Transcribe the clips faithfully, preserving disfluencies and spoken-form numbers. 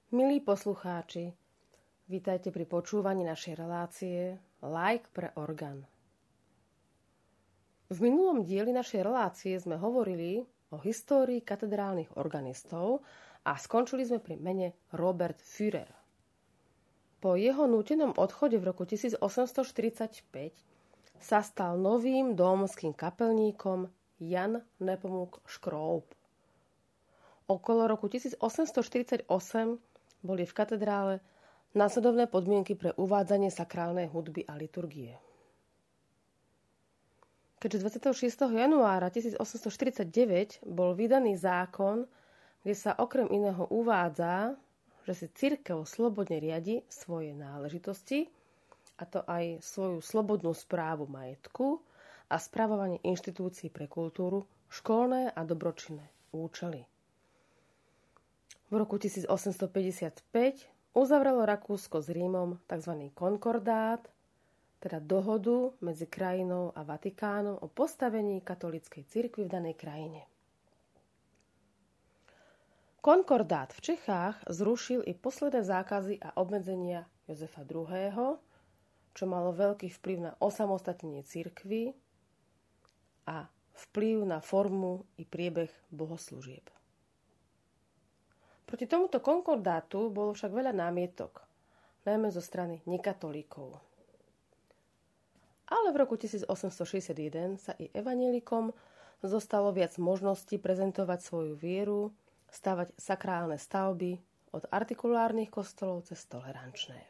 Milí poslucháči, vítajte pri počúvaní našej relácie Like pre orgán. V minulom dieli našej relácie sme hovorili o histórii katedrálnych organistov a skončili sme pri mene Robert Führer. Po jeho nútenom odchode v roku tisícosemstoštyridsaťpäť sa stal novým dómskym kapelníkom Jan Nepomuk Škroub. Okolo roku tisícosemstoštyridsaťosem boli v katedrále nasledovné podmienky pre uvádzanie sakrálnej hudby a liturgie. Keďže dvadsiateho šiesteho januára tisícosemstoštyridsaťdeväť bol vydaný zákon, kde sa okrem iného uvádza, že si cirkev slobodne riadi svoje náležitosti, a to aj svoju slobodnú správu majetku a spravovanie inštitúcií pre kultúru, školné a dobročinné účely. V roku tisícosemstopäťdesiatpäť uzavrelo Rakúsko s Rímom tzv. Konkordát, teda dohodu medzi krajinou a Vatikánom o postavení katolíckej cirkvi v danej krajine. Konkordát v Čechách zrušil i posledné zákazy a obmedzenia Jozefa druhého., čo malo veľký vplyv na osamostatnenie cirkvi a vplyv na formu i priebeh bohoslúžieb. Proti tomuto konkordátu bolo však veľa námietok, najmä zo strany nekatolíkov. Ale v roku tisícosemstošesťdesiatjeden sa i evanjelikom zostalo viac možností prezentovať svoju vieru, stavať sakrálne stavby od artikulárnych kostolov cez tolerančné.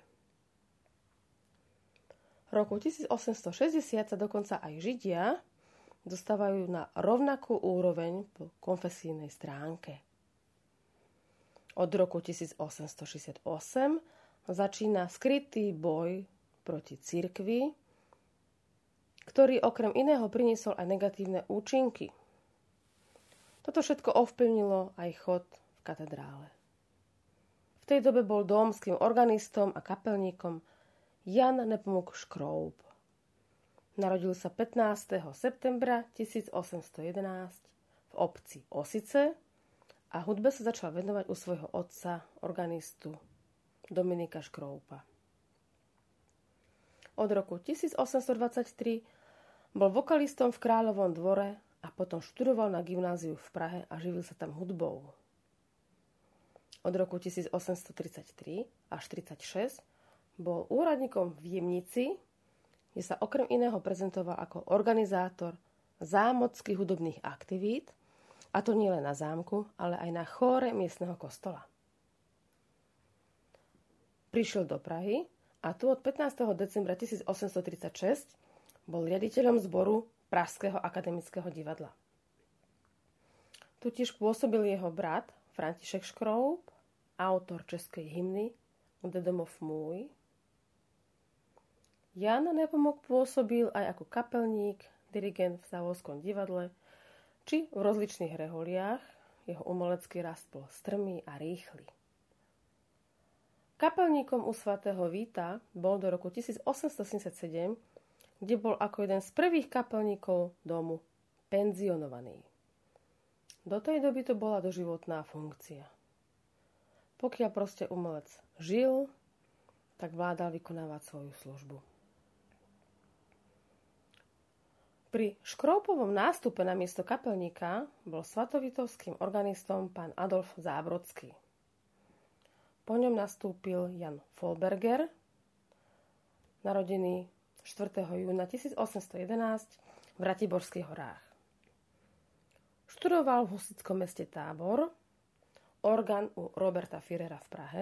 V roku tisícosemstošesťdesiat sa dokonca aj Židia dostávajú na rovnakú úroveň po konfesijnej stránke. Od roku tisícosemstošesťdesiatosem začína skrytý boj proti cirkvi, ktorý okrem iného priniesol aj negatívne účinky. Toto všetko ovplyvnilo aj chod v katedrále. V tej dobe bol dómskym organistom a kapelníkom Jan Nepomuk Škroub. Narodil sa pätnásteho septembra tisícosemstojedenásť v obci Osice a hudbe sa začal venovať u svojho otca, organistu Dominika Škroupa. Od roku tisícosemstodvadsaťtri bol vokalistom v Kráľovom dvore a potom študoval na gymnáziu v Prahe a živil sa tam hudbou. Od roku tisícosemstotridsaťtri až tridsaťšesť bol úradníkom v Jemnici, kde sa okrem iného prezentoval ako organizátor zámockých hudobných aktivít, a to nie len na zámku, ale aj na chóre miestneho kostola. Prišiel do Prahy a tu od pätnásteho decembra tisícosemstotridsaťšesť bol riaditeľom zboru Pražského akademického divadla. Tu tiež pôsobil jeho brat František Škroub, autor českej hymny Kde domov môj. Jan Nepomuk pôsobil aj ako kapelník, dirigent v Savovskom divadle, či v rozličných reholiách. Jeho umelecký rast bol strmý a rýchly. Kapelníkom u svätého Víta bol do roku tisícosemstosedemdesiatsedem, kde bol ako jeden z prvých kapelníkov domu penzionovaný. Do tej doby to bola doživotná funkcia. Pokiaľ proste umelec žil, tak vládal vykonávať svoju službu. Pri Škroupovom nástupe na miesto kapelníka bol svatovitovským organistom pán Adolf Zábrodský. Po ňom nastúpil Jan Vollberger, narodený štvrtého júna tisícosemstojedenásť v Ratiborských horách. Študoval v husitskom meste Tábor, orgán u Roberta Führera v Prahe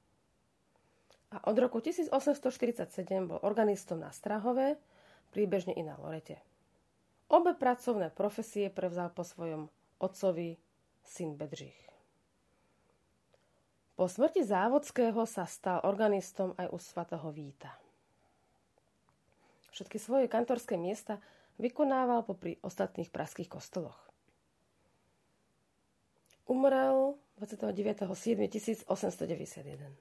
a od roku tisícosemstoštyridsaťsedem bol organistom na Strahove, príbežne i na Lorete. Obe pracovné profesie prevzal po svojom otcovi syn Bedřich. Po smrti Závodského sa stal organistom aj u svätého Víta. Všetky svoje kantorské miesta vykonával popri ostatných pražských kostoloch. Umrel dvadsiateho deviateho júla tisícosemstodeväťdesiatjeden.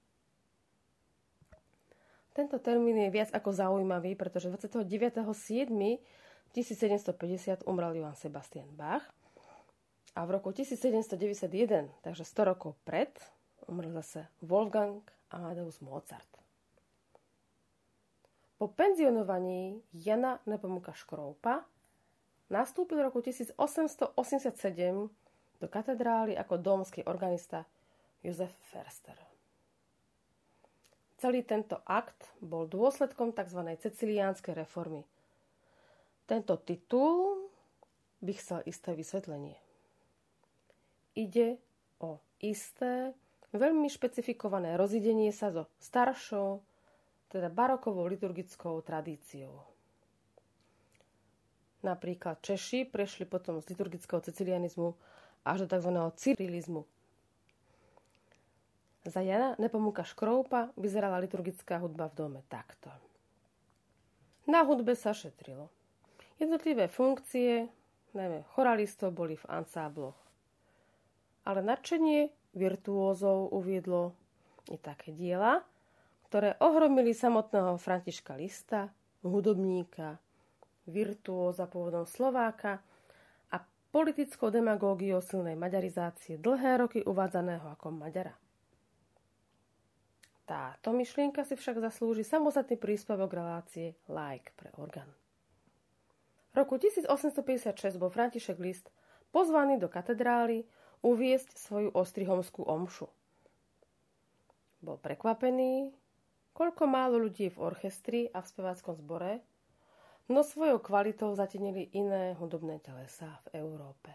Tento termín je viac ako zaujímavý, pretože dvadsiateho deviateho júla tisícsedemstopäťdesiat umrel Johann Sebastian Bach a v roku tisícsedemstodeväťdesiatjeden, takže sto rokov pred umrel zase Wolfgang Amadeus Mozart. Po penzionovaní Jana Nepomuka Škropa nastúpil v roku tisícosemstoosemdesiatsedem do katedrály ako dómsky organista Josef Förster. Celý tento akt bol dôsledkom tzv. Ceciliánskej reformy. Tento titul by chcel isté vysvetlenie. Ide o isté, veľmi špecifikované rozidenie sa so staršou, teda barokovou liturgickou tradíciou. Napríklad Češi prešli potom z liturgického cecilianizmu až do tzv. Cyrilizmu. Za Jana Nepomuka Škroupa vyzerala liturgická hudba v dome takto. Na hudbe sa šetrilo. Jednotlivé funkcie, najmä choralistov, boli v ansábloch. Ale nadšenie virtuózov uviedlo i také diela, ktoré ohromili samotného Františka Lista, hudobníka, virtuóza pôvodom Slováka a politickou demagógiou silnej maďarizácie dlhé roky uvádzaného ako Maďara. Táto myšlienka si však zaslúži samostatný príspevok relácie Like pre orgán. V roku tisícosemstopäťdesiatšesť bol František List pozvaný do katedrály uviesť svoju ostrihomskú omšu. Bol prekvapený, koľko málo ľudí v orchestri a v speváckom zbore, no svojou kvalitou zatenili iné hudobné telesá v Európe.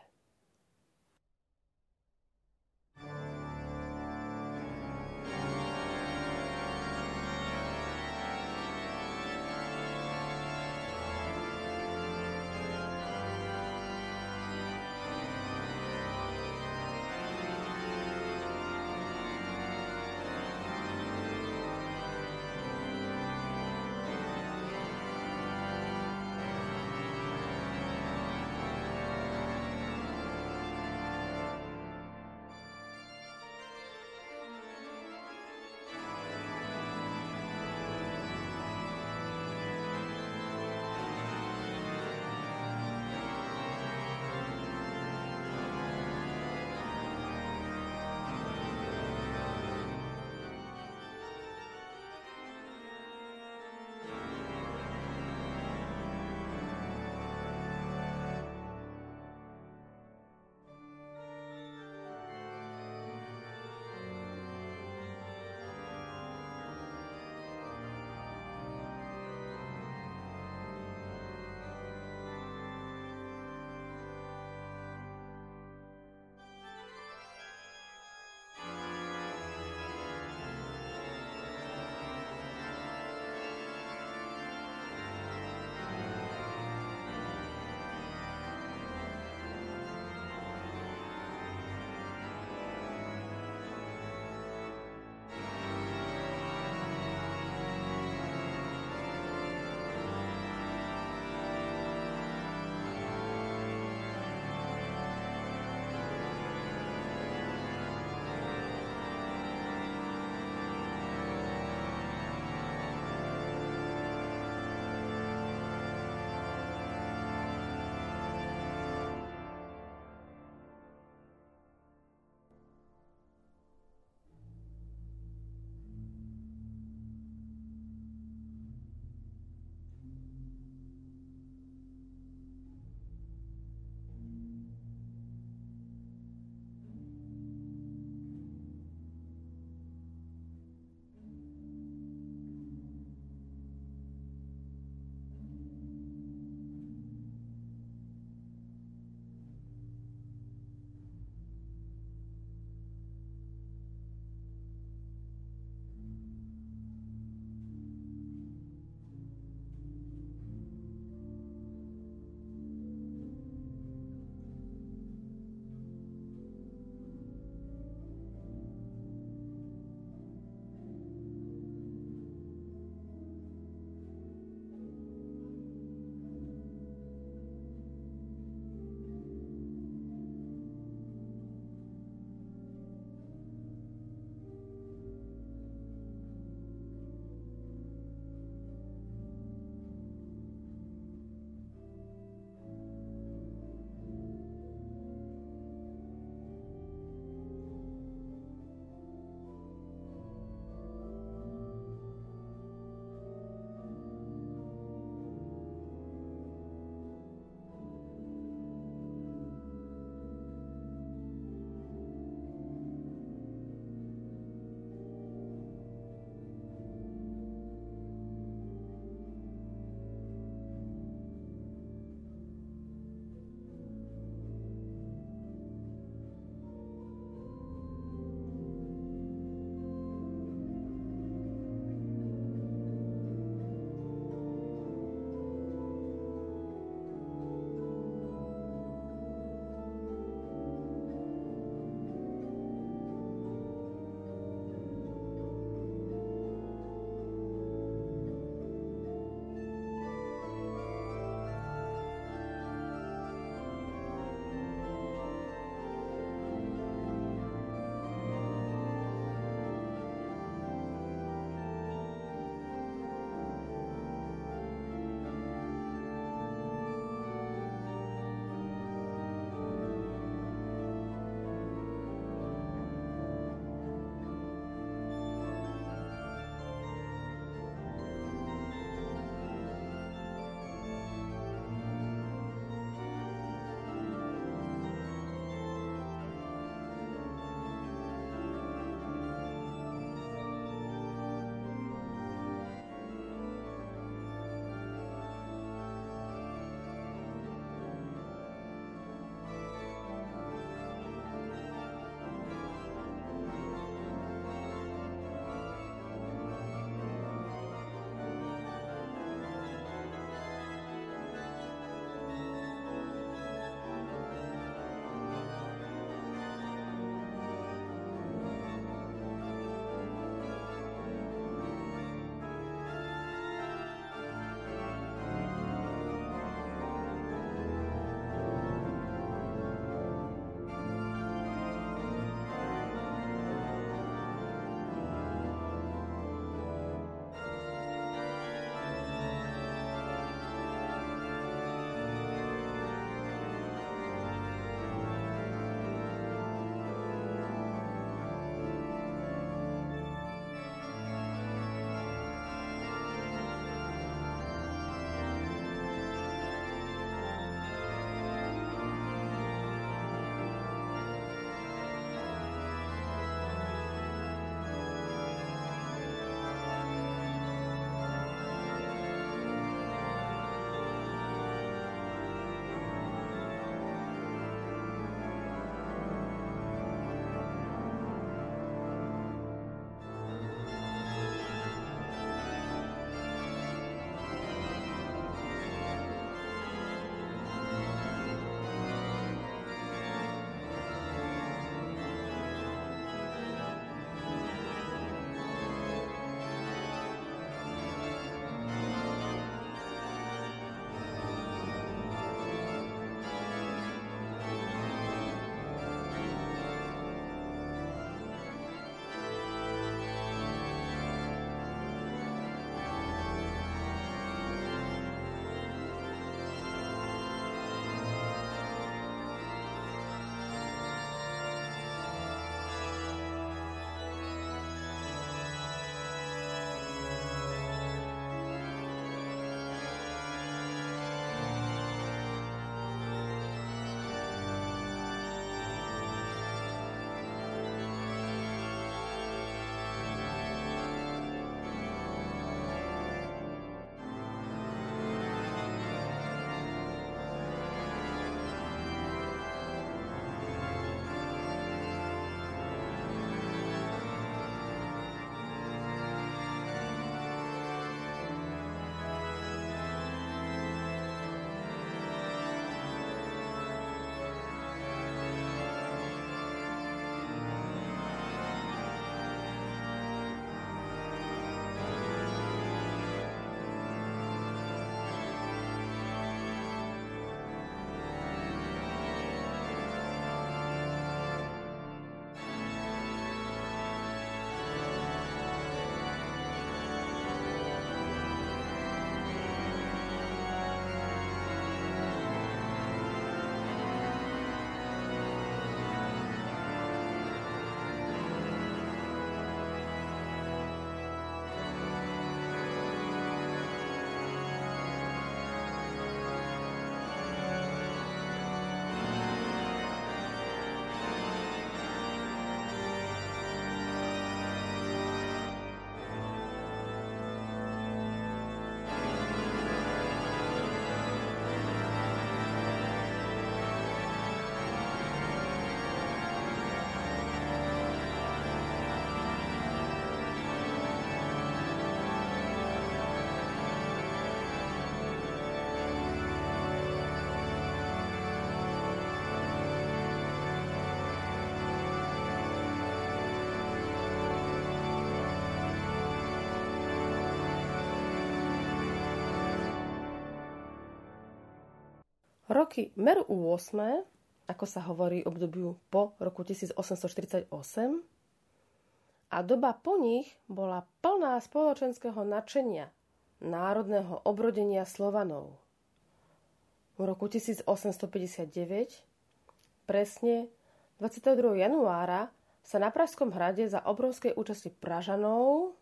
Roky meru osem, ako sa hovorí obdobiu po roku tisícosemstoštyridsaťosem, a doba po nich bola plná spoločenského nadšenia, národného obrodenia Slovanov. V roku tisícosemstopäťdesiatdeväť, presne dvadsiateho druhého januára, sa na Pražskom hrade za obrovskej účasti Pražanov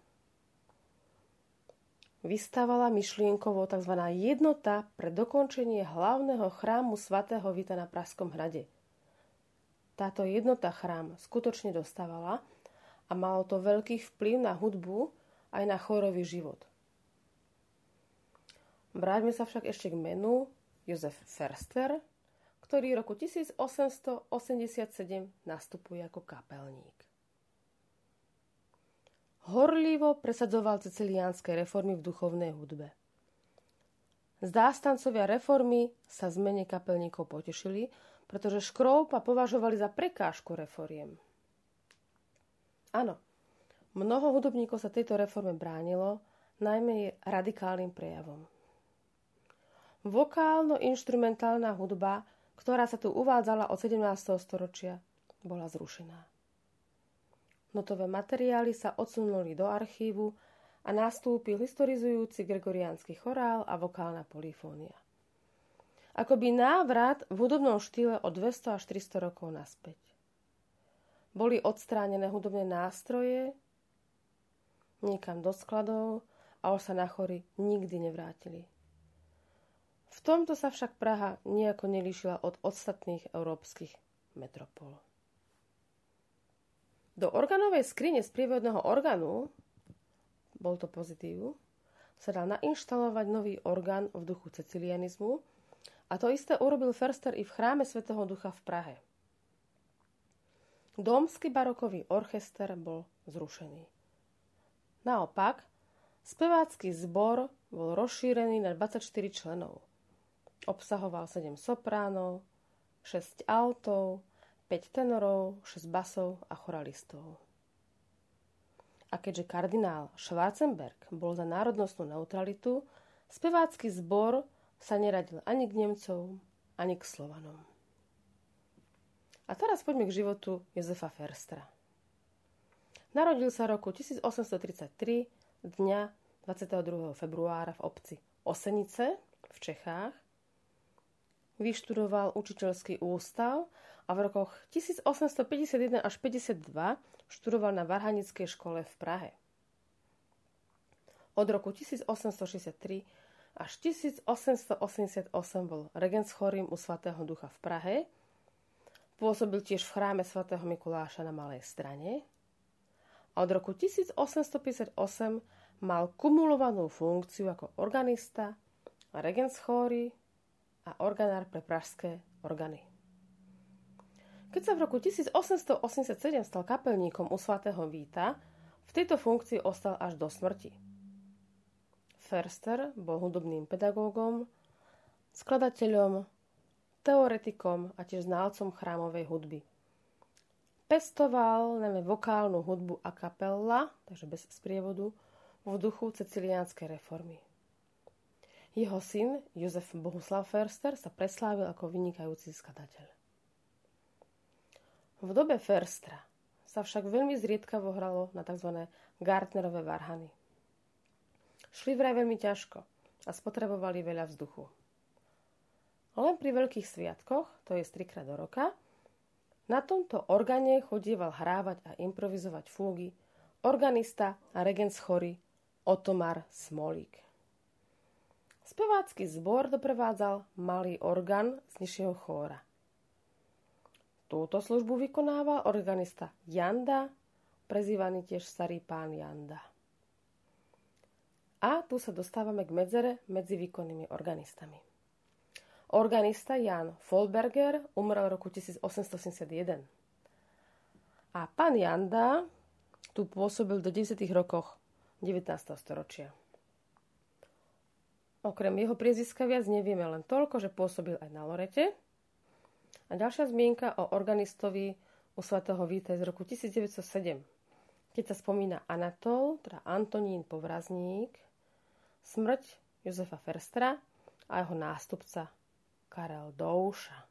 vystavala myšlienkovo tzv. Jednota pre dokončenie hlavného chrámu svätého Víta na Pražskom hrade. Táto jednota chrám skutočne dostávala a malo to veľký vplyv na hudbu aj na chórový život. Vráťme sa však ešte k menu Jozef Förster, ktorý v roku tisícosemstoosemdesiatsedem nastupuje ako kapelník. Horlivo presadzoval ceciliánske reformy v duchovnej hudbe. Zástancovia reformy sa zmene kapelníkov potešili, pretože Škropa považovali za prekážku reforiem. Áno, mnoho hudobníkov sa tejto reforme bránilo, najmä radikálnym prejavom. Vokálno-inštrumentálna hudba, ktorá sa tu uvádzala od sedemnásteho storočia, bola zrušená. Notové materiály sa odsunuli do archívu a nastúpil historizujúci gregoriánsky chorál a vokálna polifónia. Akoby návrat v hudobnom štýle o dvesto až tristo rokov naspäť. Boli odstránené hudobné nástroje niekam do skladov a už sa na chory nikdy nevrátili. V tomto sa však Praha nejako nelíšila od ostatných európskych metropol. Do organovej skrine z prievodného orgánu, bol to pozitív, sa dal nainštalovať nový orgán v duchu cecilianizmu a to isté urobil Förster i v chráme Svätého Ducha v Prahe. Dómsky barokový orchester bol zrušený. Naopak, spevácky zbor bol rozšírený na dvadsaťštyri členov. Obsahoval sedem sopránov, šesť altov, päť tenorov, šesť basov a choralistov. A keďže kardinál Schwarzenberg bol za národnostnú neutralitu, spevácky zbor sa neradil ani k Nemcom, ani k Slovanom. A teraz poďme k životu Jozefa Förstera. Narodil sa roku tisícosemstotridsaťtri, dňa dvadsiateho druhého februára v obci Osenice v Čechách. Vyštudoval učiteľský ústav a v rokoch tisícosemstopäťdesiatjeden až päťdesiatdva študoval na Varhanickej škole v Prahe. Od roku tisícosemstošesťdesiattri až tisícosemstoosemdesiatosem bol regentschorím u Svätého Ducha v Prahe. Pôsobil tiež v chráme svätého Mikuláša na Malej Strane a od roku tisícosemstopäťdesiatosem mal kumulovanú funkciu ako organista, regentschóry a organár pre pražské organy. Keď sa v roku tisícosemstoosemdesiatsedem stal kapelníkom u svätého Víta, v tejto funkcii ostal až do smrti. Förster bol hudobným pedagógom, skladateľom, teoretikom a tiež znalcom chrámovej hudby. Pestoval najmä vokálnu hudbu a kapella, takže bez sprievodu, v duchu ceciliánskej reformy. Jeho syn, Jozef Bohuslav Förster, sa preslávil ako vynikajúci skladateľ. V dobe Förstera sa však veľmi zriedkavo hralo na tzv. Gartnerové varhany. Šli vraj veľmi ťažko a spotrebovali veľa vzduchu. Len pri veľkých sviatkoch, to je trikrát do roka, na tomto orgáne chodieval hrávať a improvizovať fúgy organista a regentschóry Otomar Smolík. Spevácky zbor doprevádzal malý orgán z nižšieho chóra. Túto službu vykonával organista Janda, prezývaný tiež starý pán Janda. A tu sa dostávame k medzere medzi výkonnými organistami. Organista Jan Vollberger umrel v roku tisícosemstoosemdesiatjeden. A pán Janda tu pôsobil do deväťdesiatych rokoch devätnásteho storočia. Okrem jeho priezviska viac nevieme, len toľko, že pôsobil aj na Lorete. A ďalšia zmienka o organistovi u svätého Víta z roku tisícdeväťstosedem, keď sa spomína Anatol, teda Antonín Povrazník, smrť Jozefa Förstera a jeho nástupca Karel Douša.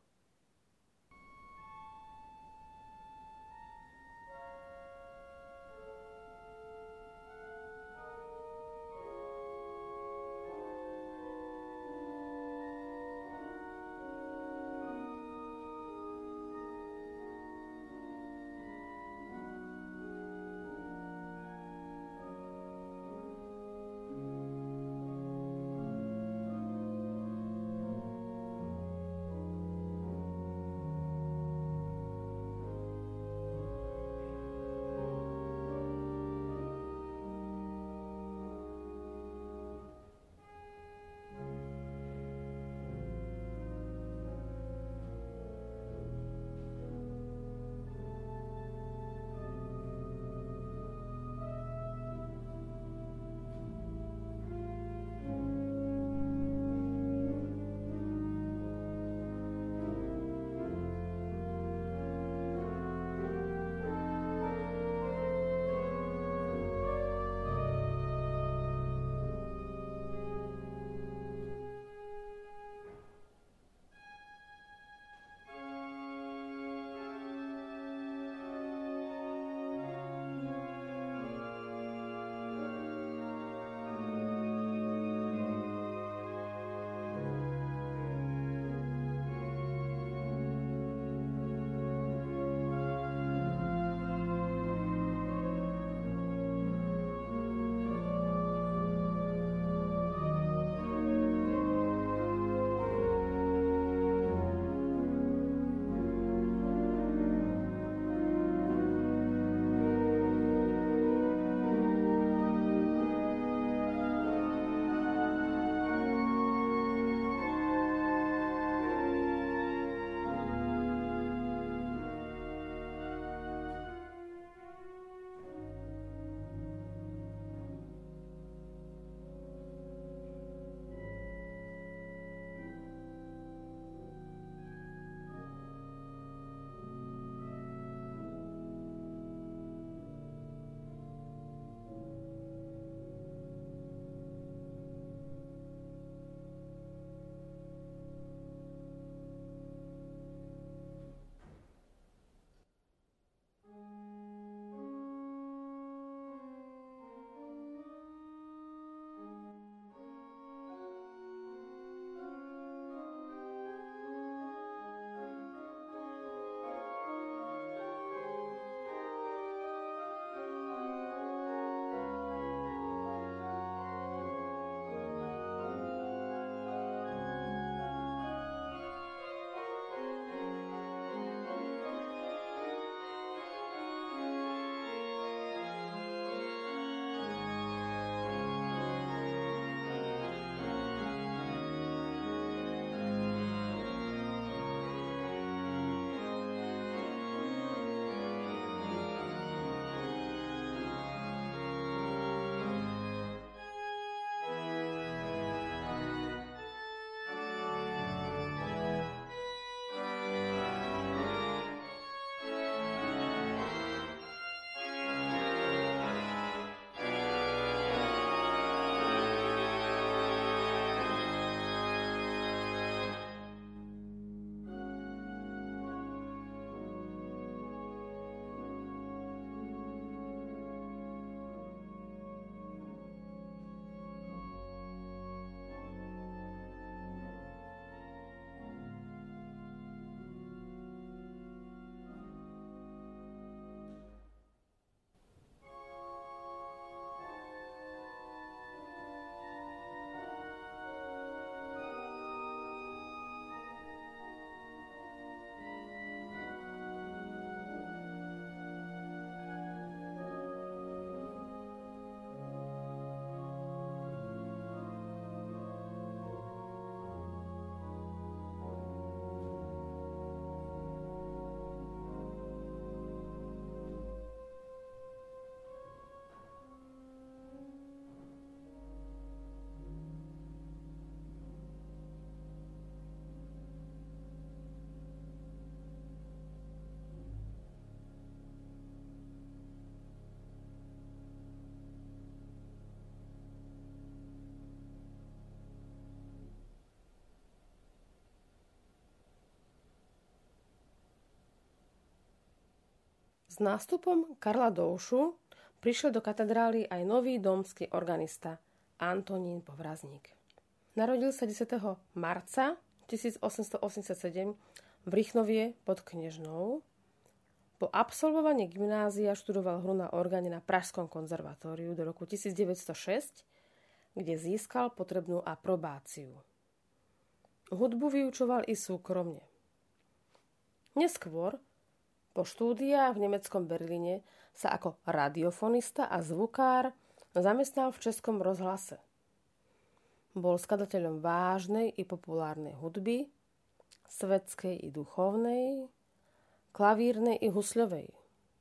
S nástupom Karla Doušu prišiel do katedrály aj nový domský organista Antonín Povrazník. Narodil sa desiateho marca tisícosemstoosemdesiatsedem v Rychnovie pod Knežnou. Po absolvovaní gymnázia študoval hru na orgáne na Pražskom konzervatóriu do roku tisícdeväťstošesť, kde získal potrebnú aprobáciu. Hudbu vyučoval i súkromne. Neskôr, po štúdiách v nemeckom Berlíne, sa ako radiofonista a zvukár zamestnal v Českom rozhlase. Bol skladateľom vážnej i populárnej hudby, svetskej i duchovnej, klavírnej i husľovej.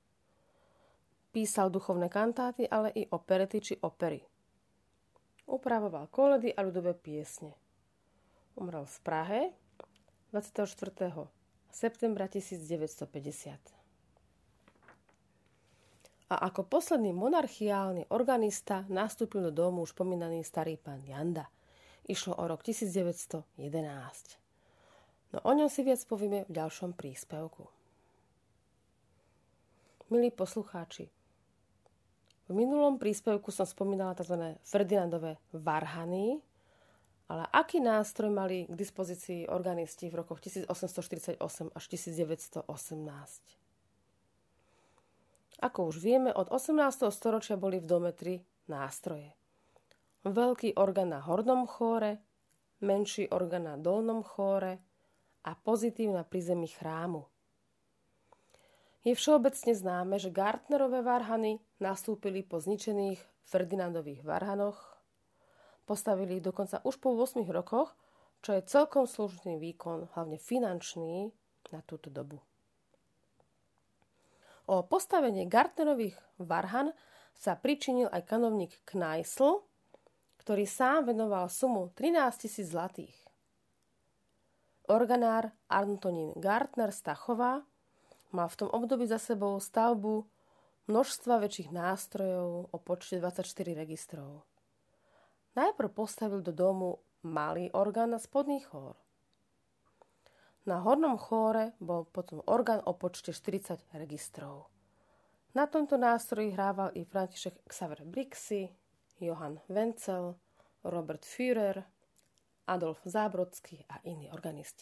Písal duchovné kantáty, ale i operety či opery. Upravoval koledy a ľudové piesne. Umrel v Prahe dvadsiateho štvrtého septembra tisícdeväťstopäťdesiat. A ako posledný monarchiálny organista nastúpil do domu už spomínaný starý pán Janda. Išlo o rok tisícdeväťstojedenásť. No o ňom si viac povieme v ďalšom príspevku. Milí poslucháči, v minulom príspevku som spomínala tzv. Ferdinandové varhany, ale aký nástroj mali k dispozícii organisti v rokoch tisícosemstoštyridsaťosem až tisícdeväťstoosemnásť? Ako už vieme, od osemnásteho storočia boli v dome tri nástroje. Veľký orgán na hornom chóre, menší orgán na dolnom chóre a pozitív na prízemí chrámu. Je všeobecne známe, že Gartnerové varhany nastúpili po zničených Ferdinandových varhanoch. Postavili ich dokonca už po ôsmich rokoch, čo je celkom slušný výkon, hlavne finančný, na túto dobu. O postavenie Gartnerových varhan sa pričinil aj kanovník Knajsl, ktorý sám venoval sumu trinásťtisíc zlatých. Organár Antonín Gartner Stachová mal v tom období za sebou stavbu množstva väčších nástrojov o počte dvadsaťštyri registrov. Najprv postavil do domu malý orgán na spodný chór. Na hornom chóre bol potom orgán o počte štyridsať registrov. Na tomto nástroji hrával i František Xaver Brixy, Johann Wenzel, Robert Führer, Adolf Zábrodský a iní organisti.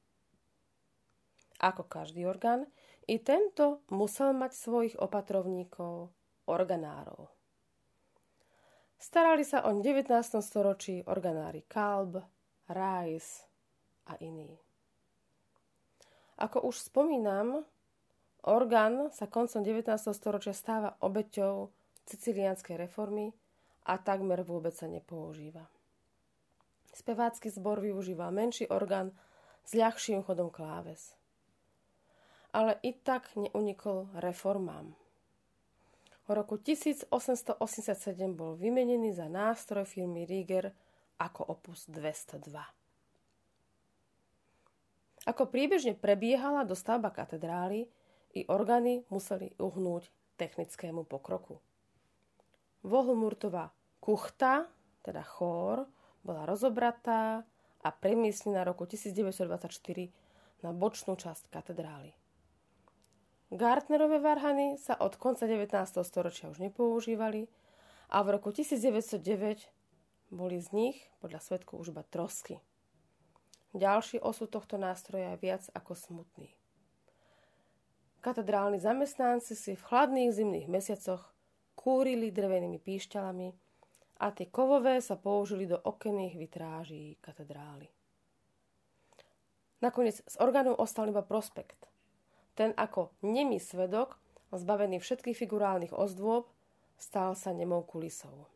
Ako každý orgán, i tento musel mať svojich opatrovníkov, organárov. Starali sa o devätnástom storočí organári Kalb, Reis a iní. Ako už spomínam, orgán sa koncom devätnásteho storočia stáva obeťou ciciliánskej reformy a takmer vôbec sa nepoužíva. Spevácky zbor využíval menší orgán s ľahším chodom kláves. Ale i tak neunikol reformám. V roku tisícosemstoosemdesiatsedem bol vymenený za nástroj firmy Rieger ako opus dvestodva. Ako priebežne prebiehala dostavba katedrály, i orgány museli uhnúť technickému pokroku. Vohlmurtová kuchta, teda chór, bola rozobratá a premiestnená roku tisícdeväťstodvadsaťštyri na bočnú časť katedrály. Gartnerové varhany sa od konca devätnásteho storočia už nepoužívali a v roku tisícdeväťstodeväť boli z nich podľa svedkov už iba trosky. Ďalší osud tohto nástroja je viac ako smutný. Katedrálni zamestnanci si v chladných zimných mesiacoch kúrili drevenými píšťalami a tie kovové sa použili do okenných vitráží katedrály. Nakoniec z orgánu ostal iba prospekt. Ten ako nemý svedok, zbavený všetkých figurálnych ozdôb, stal sa nemou kulisou.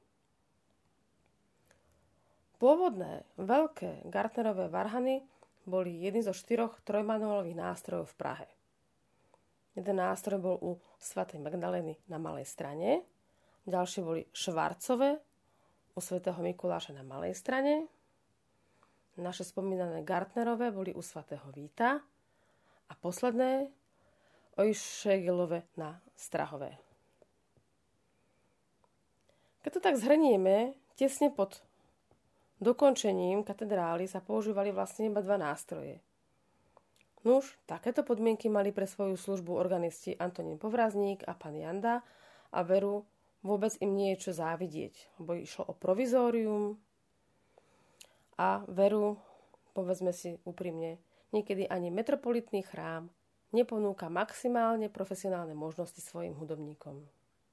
Pôvodné veľké Gartnerové varhany boli jedným zo štyroch trojmanuálových nástrojov v Prahe. Jeden nástroj bol u svätej Magdalény na malej strane, ďalšie boli Švarcové u svätého Mikuláša na malej strane, naše spomínané Gartnerové boli u svätého Víta a posledné Ojšegelove na Strahové. Keď to tak zhrnieme, tesne pod dokončením katedrály sa používali vlastne iba dva nástroje. Nuž, takéto podmienky mali pre svoju službu organisti Antonín Povrazník a pán Janda a veru vôbec im nie je čo závidieť, lebo išlo o provizórium a veru, povedzme si úprimne, niekedy ani metropolitný chrám neponúka maximálne profesionálne možnosti svojim hudobníkom.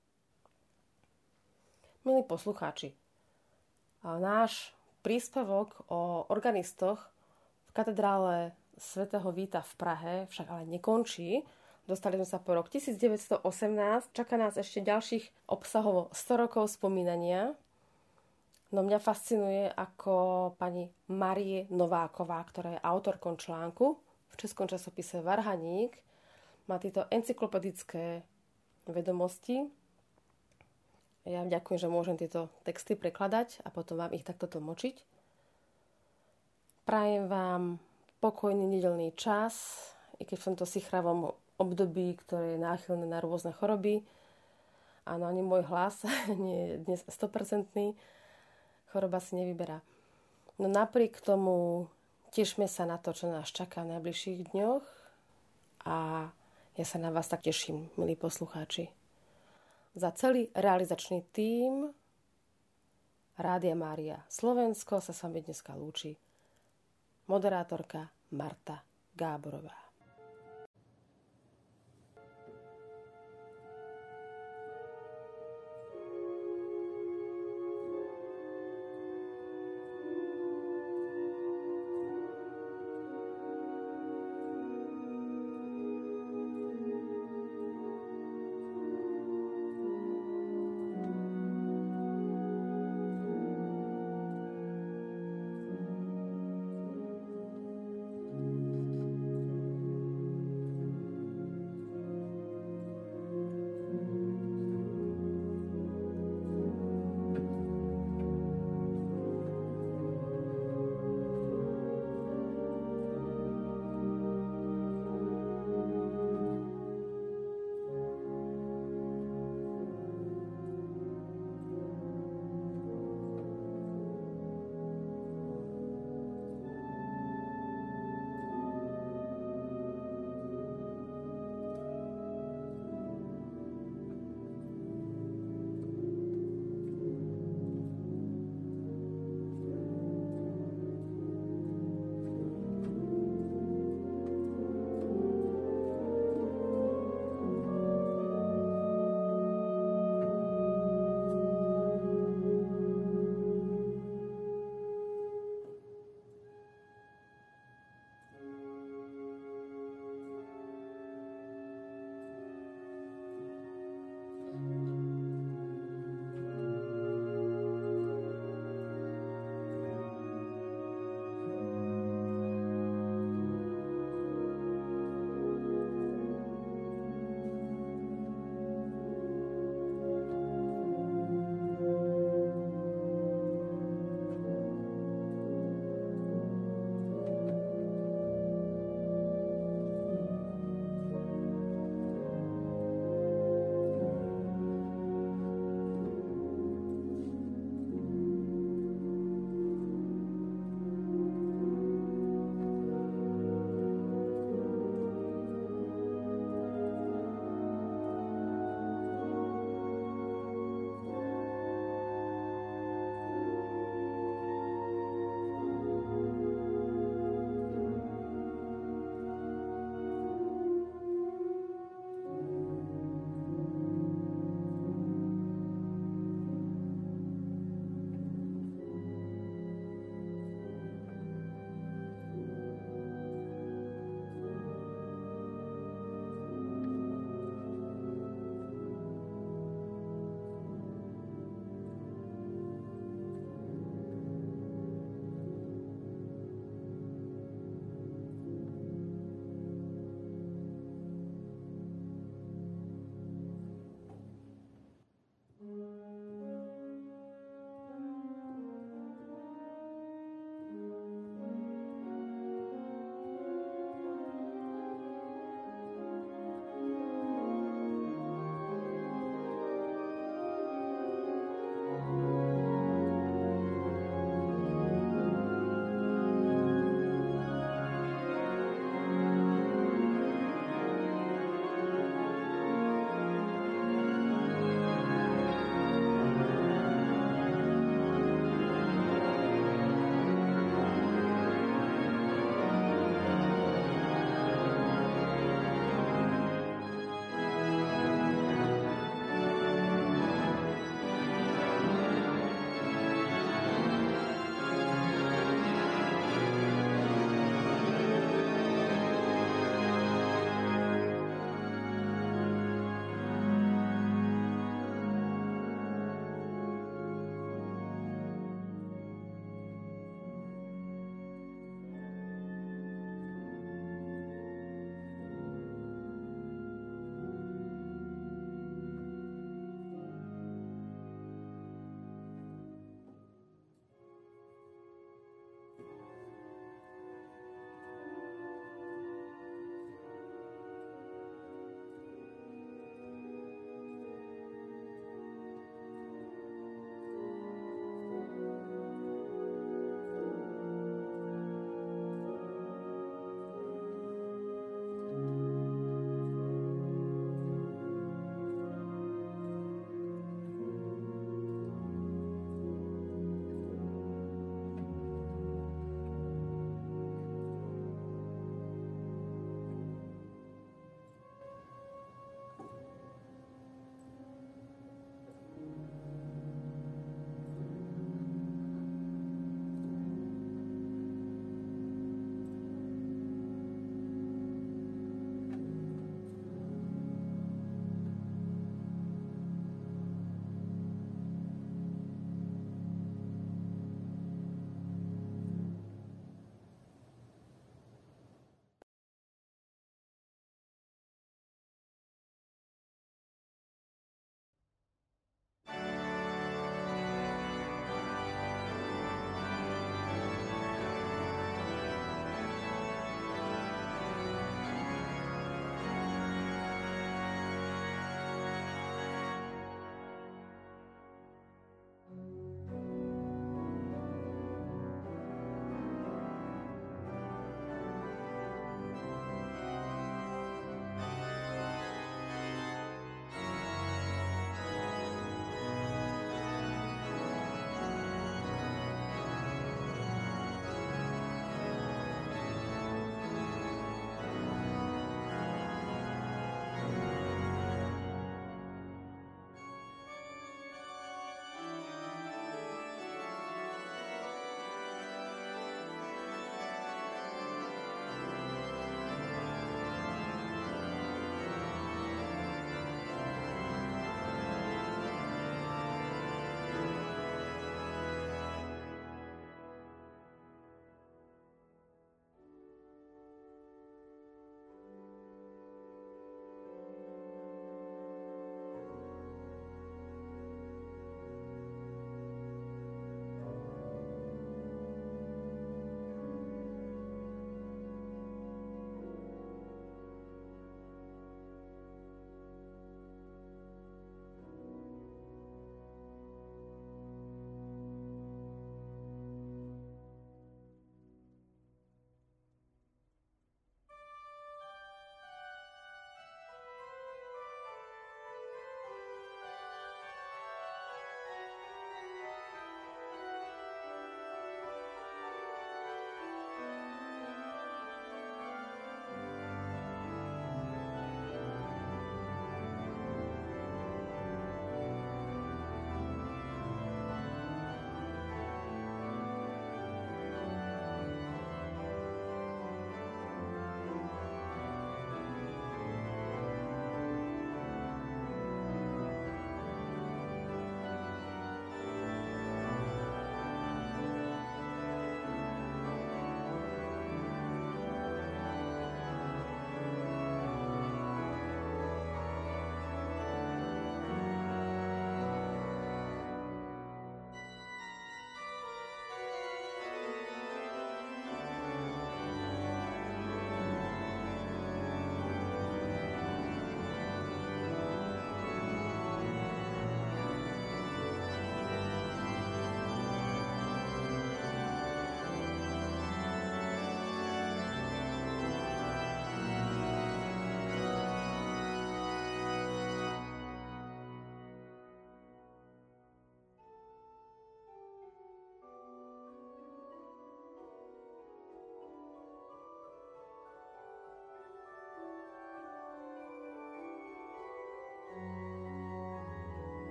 Milí poslucháči, náš príspevok o organistoch v katedrále svätého Víta v Prahe však ale nekončí. Dostali sme sa po rok devätnásťstoosemnásť, čaká nás ešte ďalších obsahovo sto rokov spomínania. No mňa fascinuje, ako pani Márie Nováková, ktorá je autorkou článku v českom časopise Varhaník, má tieto encyklopedické vedomosti. Ja vám ďakujem, že môžem tieto texty prekladať a potom vám ich takto tlmočiť. Prajem vám pokojný nedeľný čas, i keď v tomto sichravom období, ktoré je náchylné na rôzne choroby. Áno, ani môj hlas nie je dnes sto percent. Choroba si nevyberá. No napriek tomu tešme sa na to, čo nás čaká v najbližších dňoch a ja sa na vás tak teším, milí poslucháči. Za celý realizačný tím Rádia Mária Slovensko sa s vami dneska lúči moderátorka Marta Gáborová.